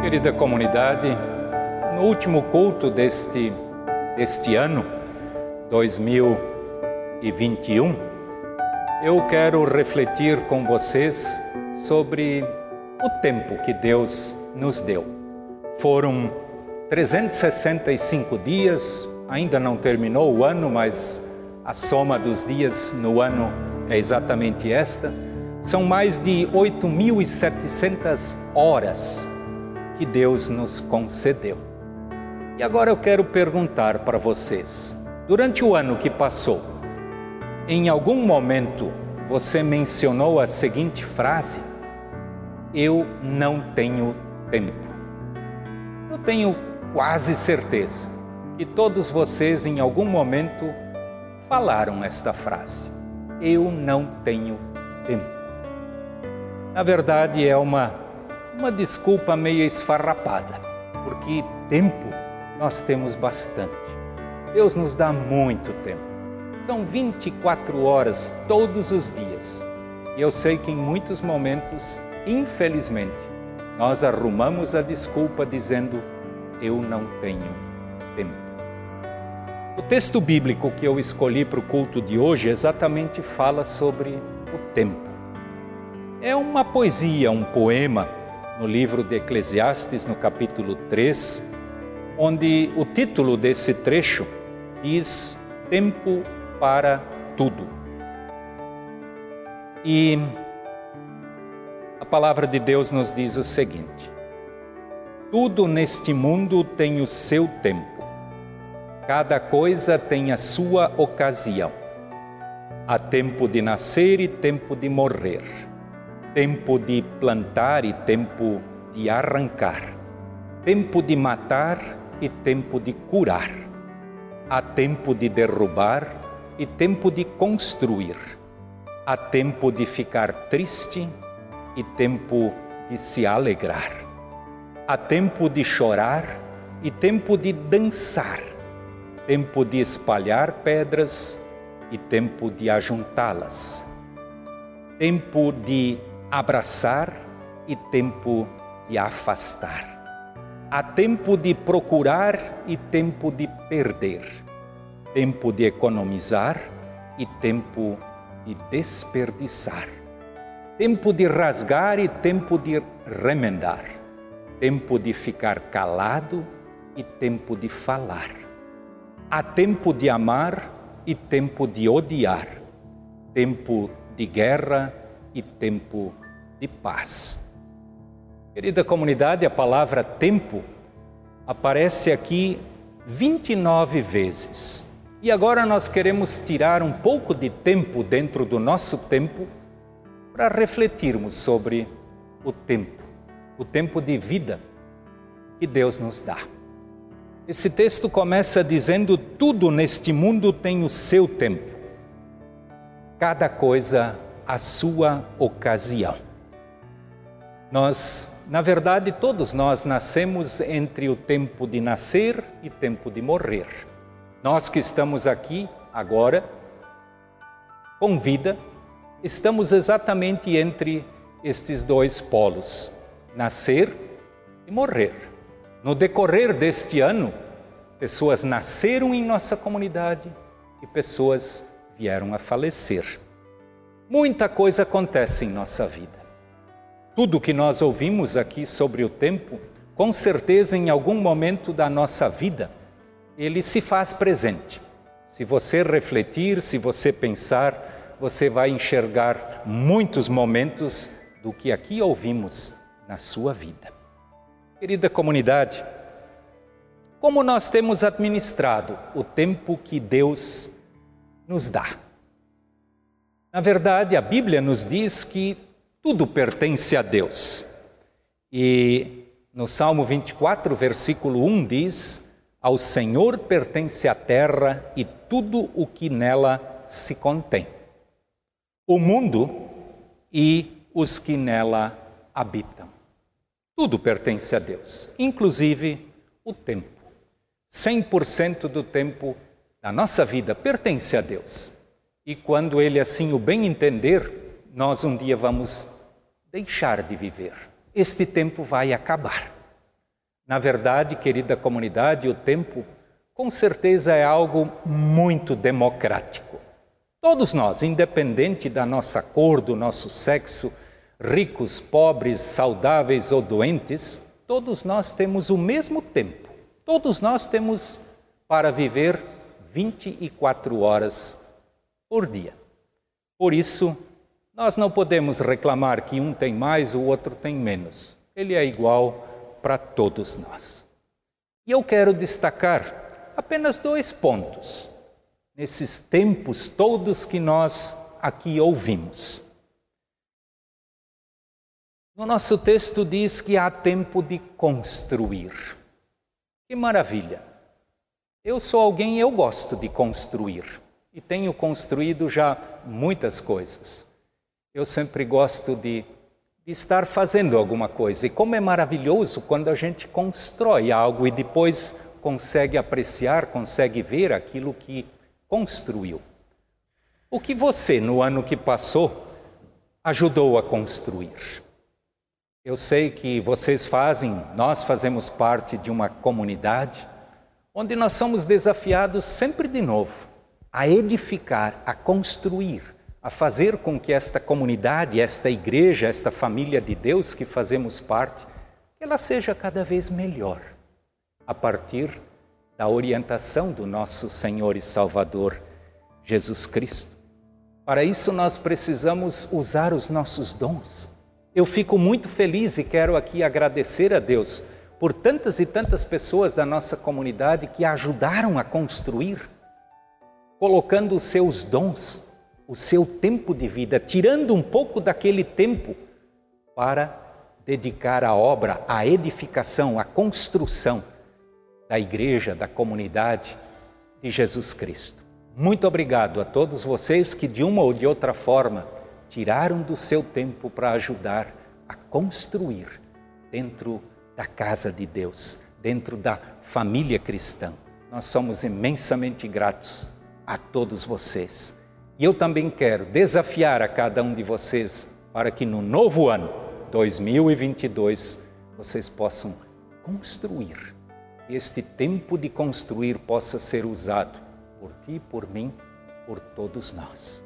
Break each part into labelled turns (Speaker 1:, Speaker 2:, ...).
Speaker 1: Querida comunidade, no último culto deste ano, 2021, eu quero refletir com vocês sobre o tempo que Deus nos deu. Foram 365 dias, ainda não terminou o ano, mas a soma dos dias no ano é exatamente esta. São mais de 8.700 horas que Deus nos concedeu. E agora eu quero perguntar para vocês, durante o ano que passou, em algum momento você mencionou a seguinte frase: eu não tenho tempo. Eu tenho quase certeza que todos vocês em algum momento falaram esta frase: eu não tenho tempo. Na verdade é uma desculpa meio esfarrapada, porque tempo nós temos bastante. Deus nos dá muito tempo. São 24 horas todos os dias. E eu sei que em muitos momentos, infelizmente, nós arrumamos a desculpa dizendo: eu não tenho tempo. O texto bíblico que eu escolhi para o culto de hoje exatamente fala sobre o tempo. É uma poesia, um poema, no livro de Eclesiastes, no capítulo 3, onde o título desse trecho diz tempo para tudo. E a palavra de Deus nos diz o seguinte: tudo neste mundo tem o seu tempo, cada coisa tem a sua ocasião. Há tempo de nascer e tempo de morrer, tempo de plantar e tempo de arrancar, tempo de matar e tempo de curar. Há tempo de derrubar e tempo de construir. Há tempo de ficar triste e tempo de se alegrar. Há tempo de chorar e tempo de dançar. Tempo de espalhar pedras e tempo de ajuntá-las. Tempo de abraçar e tempo de afastar. Há tempo de procurar e tempo de perder. Tempo de economizar e tempo de desperdiçar. Tempo de rasgar e tempo de remendar. Tempo de ficar calado e tempo de falar. Há tempo de amar e tempo de odiar. Tempo de guerra e tempo de paz. Querida comunidade, a palavra tempo aparece aqui 29 vezes. E agora nós queremos tirar um pouco de tempo dentro do nosso tempo para refletirmos sobre o tempo de vida que Deus nos dá. Esse texto começa dizendo: tudo neste mundo tem o seu tempo, cada coisa a sua ocasião. Na verdade, todos nós nascemos entre o tempo de nascer e tempo de morrer. Nós que estamos aqui agora, com vida, estamos exatamente entre estes dois polos, nascer e morrer. No decorrer deste ano, pessoas nasceram em nossa comunidade e pessoas vieram a falecer. Muita coisa acontece em nossa vida. Tudo que nós ouvimos aqui sobre o tempo, com certeza em algum momento da nossa vida, ele se faz presente. Se você refletir, se você pensar, você vai enxergar muitos momentos do que aqui ouvimos na sua vida. Querida comunidade, como nós temos administrado o tempo que Deus nos dá? Na verdade, a Bíblia nos diz que tudo pertence a Deus. E no Salmo 24, versículo 1 diz: ao Senhor pertence a terra e tudo o que nela se contém, o mundo e os que nela habitam. Tudo pertence a Deus, inclusive o tempo. 100% do tempo da nossa vida pertence a Deus. E quando Ele assim o bem entender, nós um dia vamos deixar de viver. Este tempo vai acabar. Na verdade, querida comunidade, o tempo com certeza é algo muito democrático. Todos nós, independente da nossa cor, do nosso sexo, ricos, pobres, saudáveis ou doentes, todos nós temos o mesmo tempo. Todos nós temos para viver 24 horas por dia. Por isso, nós não podemos reclamar que um tem mais, o outro tem menos. Ele é igual para todos nós. E eu quero destacar apenas 2 pontos nesses tempos todos que nós aqui ouvimos. No nosso texto diz que há tempo de construir. Que maravilha! Eu sou alguém, eu gosto de construir e tenho construído já muitas coisas. Eu sempre gosto de estar fazendo alguma coisa. E como é maravilhoso quando a gente constrói algo e depois consegue apreciar, consegue ver aquilo que construiu. O que você, no ano que passou, ajudou a construir? Eu sei que nós fazemos parte de uma comunidade onde nós somos desafiados sempre de novo a edificar, a construir, a fazer com que esta comunidade, esta igreja, esta família de Deus que fazemos parte, ela seja cada vez melhor, a partir da orientação do nosso Senhor e Salvador, Jesus Cristo. Para isso nós precisamos usar os nossos dons. Eu fico muito feliz e quero aqui agradecer a Deus por tantas e tantas pessoas da nossa comunidade que ajudaram a construir, colocando os seus dons, o seu tempo de vida, tirando um pouco daquele tempo para dedicar à obra, à edificação, à construção da igreja, da comunidade de Jesus Cristo. Muito obrigado a todos vocês que de uma ou de outra forma tiraram do seu tempo para ajudar a construir dentro da casa de Deus, dentro da família cristã. Nós somos imensamente gratos a todos vocês. E eu também quero desafiar a cada um de vocês para que no novo ano, 2022, vocês possam construir. Este tempo de construir possa ser usado por ti, por mim, por todos nós.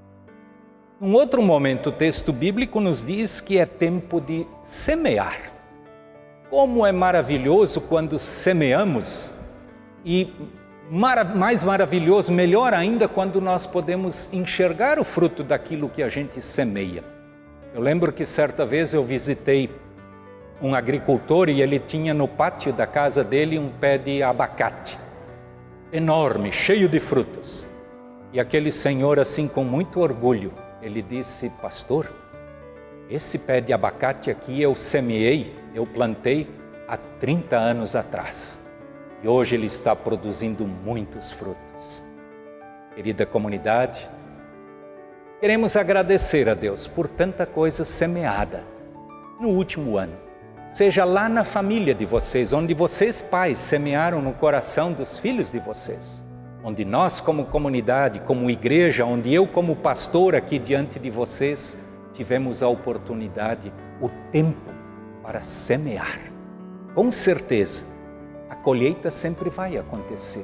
Speaker 1: Num outro momento, o texto bíblico nos diz que é tempo de semear. Como é maravilhoso quando semeamos e mais maravilhoso, melhor ainda, quando nós podemos enxergar o fruto daquilo que a gente semeia. Eu lembro que certa vez eu visitei um agricultor e ele tinha no pátio da casa dele um pé de abacate, enorme, cheio de frutos. E aquele senhor, assim, com muito orgulho, ele disse: pastor, esse pé de abacate aqui eu semeei, eu plantei há 30 anos atrás. E hoje ele está produzindo muitos frutos. Querida comunidade, queremos agradecer a Deus por tanta coisa semeada no último ano. Seja lá na família de vocês, onde vocês pais semearam no coração dos filhos de vocês. Onde nós como comunidade, como igreja, onde eu como pastor aqui diante de vocês, tivemos a oportunidade, o tempo para semear. Com certeza, a colheita sempre vai acontecer.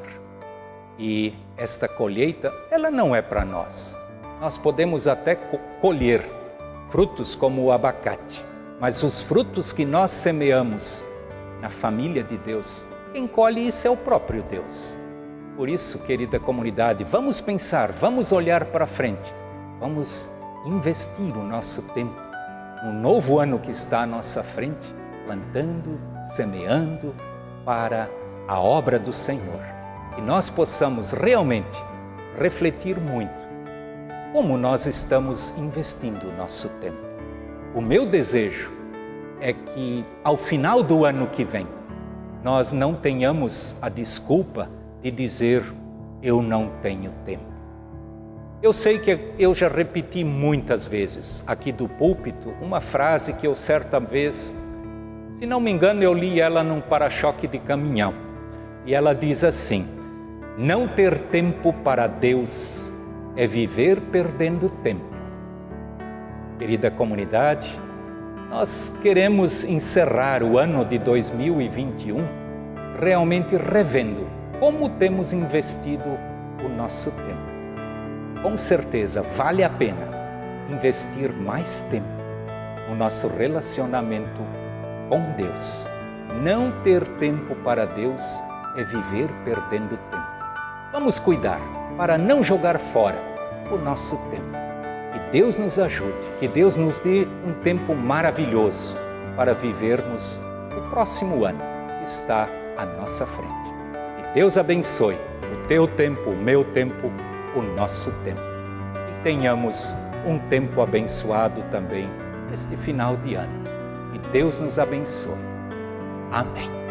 Speaker 1: E esta colheita, ela não é para nós. Nós podemos até colher frutos como o abacate, mas os frutos que nós semeamos na família de Deus, quem colhe isso é o próprio Deus. Por isso, querida comunidade, vamos pensar, vamos olhar para frente, vamos investir o nosso tempo no novo ano que está à nossa frente, plantando, semeando para a obra do Senhor. E nós possamos realmente refletir muito como nós estamos investindo o nosso tempo. O meu desejo é que ao final do ano que vem, nós não tenhamos a desculpa de dizer: eu não tenho tempo. Eu sei que eu já repeti muitas vezes aqui do púlpito uma frase que eu certa vez, se não me engano, eu li ela num para-choque de caminhão. E ela diz assim: não ter tempo para Deus é viver perdendo tempo. Querida comunidade, Nós queremos encerrar o ano de 2021 realmente revendo como temos investido o nosso tempo. Com certeza vale a pena investir mais tempo no nosso relacionamento com Deus. Não ter tempo para Deus é viver perdendo tempo. Vamos cuidar para não jogar fora o nosso tempo. Que Deus nos ajude, que Deus nos dê um tempo maravilhoso para vivermos o próximo ano que está à nossa frente. Que Deus abençoe o teu tempo, o meu tempo, o nosso tempo. E tenhamos um tempo abençoado também neste final de ano. Que Deus nos abençoe. Amém.